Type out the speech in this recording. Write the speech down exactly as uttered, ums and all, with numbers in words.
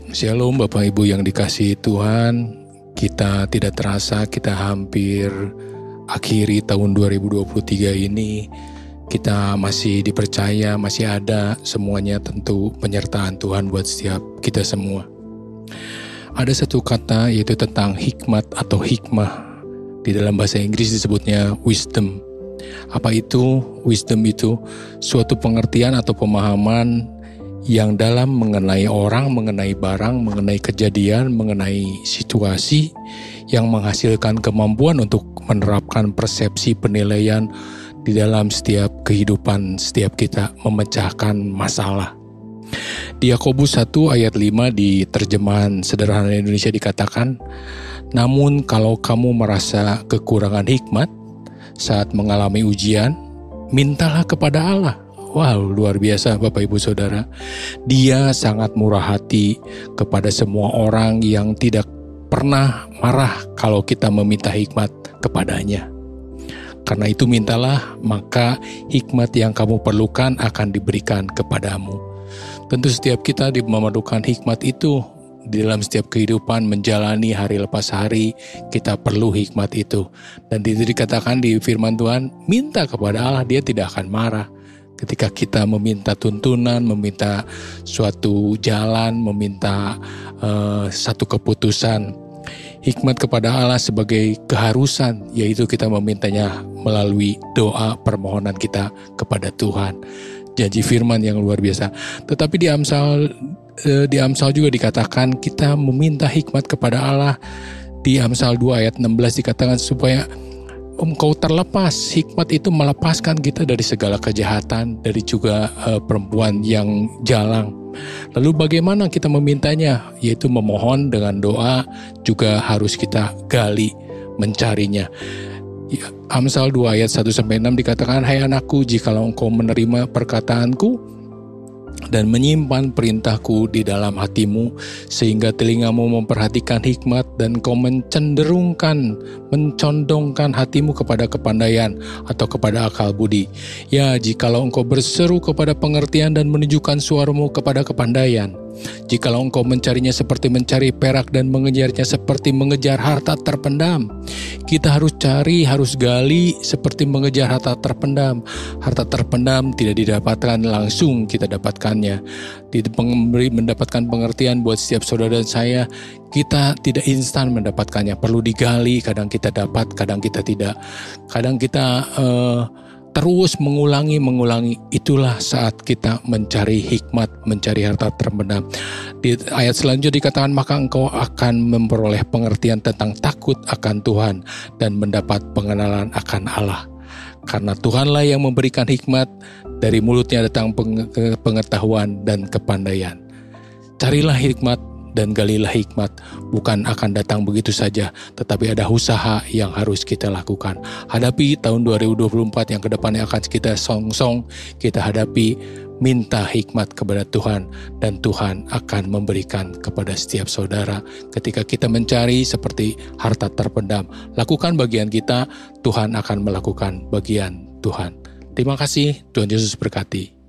Shalom Bapak Ibu yang dikasihi Tuhan. Kita tidak terasa kita hampir akhiri tahun dua ribu dua puluh tiga ini. Kita masih dipercaya, masih ada semuanya tentu penyertaan Tuhan buat setiap kita semua. Ada satu kata yaitu tentang hikmat atau hikmah. Di dalam bahasa Inggris disebutnya wisdom. Apa itu wisdom itu? Suatu pengertian atau pemahaman yang dalam mengenai orang, mengenai barang, mengenai kejadian, mengenai situasi yang menghasilkan kemampuan untuk menerapkan persepsi penilaian di dalam setiap kehidupan setiap kita, memecahkan masalah. Di Yakobus satu ayat lima di terjemahan sederhana Indonesia dikatakan, namun kalau kamu merasa kekurangan hikmat saat mengalami ujian, mintalah kepada Allah. Wow, luar biasa Bapak Ibu Saudara. Dia sangat murah hati kepada semua orang yang tidak pernah marah kalau kita meminta hikmat kepadanya. Karena itu mintalah, maka hikmat yang kamu perlukan akan diberikan kepadamu. Tentu setiap kita memerlukan hikmat itu di dalam setiap kehidupan, menjalani hari lepas hari, kita perlu hikmat itu. Dan itu dikatakan di firman Tuhan, minta kepada Allah, Dia tidak akan marah. Ketika kita meminta tuntunan, meminta suatu jalan, meminta uh, satu keputusan, hikmat kepada Allah sebagai keharusan, yaitu kita memintanya melalui doa permohonan kita kepada Tuhan. Janji firman yang luar biasa. Tetapi di Amsal, uh, di Amsal juga dikatakan kita meminta hikmat kepada Allah. Di Amsal dua ayat enam belas dikatakan supaya engkau terlepas. Hikmat itu melepaskan kita dari segala kejahatan, dari juga uh, perempuan yang jalang. Lalu bagaimana kita memintanya? Yaitu memohon dengan doa, juga harus kita gali, mencarinya. Ya, Amsal dua ayat satu sampai enam dikatakan, hai anakku, jikalau engkau menerima perkataanku dan menyimpan perintahku di dalam hatimu, sehingga telingamu memperhatikan hikmat dan kau mencenderungkan, mencondongkan hatimu kepada kepandaian atau kepada akal budi. Ya, jikalau engkau berseru kepada pengertian dan menunjukkan suaramu kepada kepandaian, jikalau engkau mencarinya seperti mencari perak dan mengejarnya seperti mengejar harta terpendam. Kita harus cari, harus gali seperti mengejar harta terpendam. Harta terpendam tidak didapatkan langsung kita dapatkannya. Tidak mendapatkan pengertian buat setiap saudara dan saya, kita tidak instan mendapatkannya. Perlu digali, kadang kita dapat, kadang kita tidak. Kadang kita uh, terus mengulangi, mengulangi. Itulah saat kita mencari hikmat, mencari harta terpendam. Di ayat selanjutnya dikatakan, maka engkau akan memperoleh pengertian tentang takut akan Tuhan dan mendapat pengenalan akan Allah. Karena Tuhanlah yang memberikan hikmat, dari mulutnya datang pengetahuan dan kepandaian. Carilah hikmat dan galilah hikmat, bukan akan datang begitu saja, tetapi ada usaha yang harus kita lakukan. Hadapi tahun dua ribu dua puluh empat yang kedepannya akan kita song-song, kita hadapi, minta hikmat kepada Tuhan, dan Tuhan akan memberikan kepada setiap saudara. Ketika kita mencari seperti harta terpendam, lakukan bagian kita, Tuhan akan melakukan bagian Tuhan. Terima kasih, Tuhan Yesus berkati.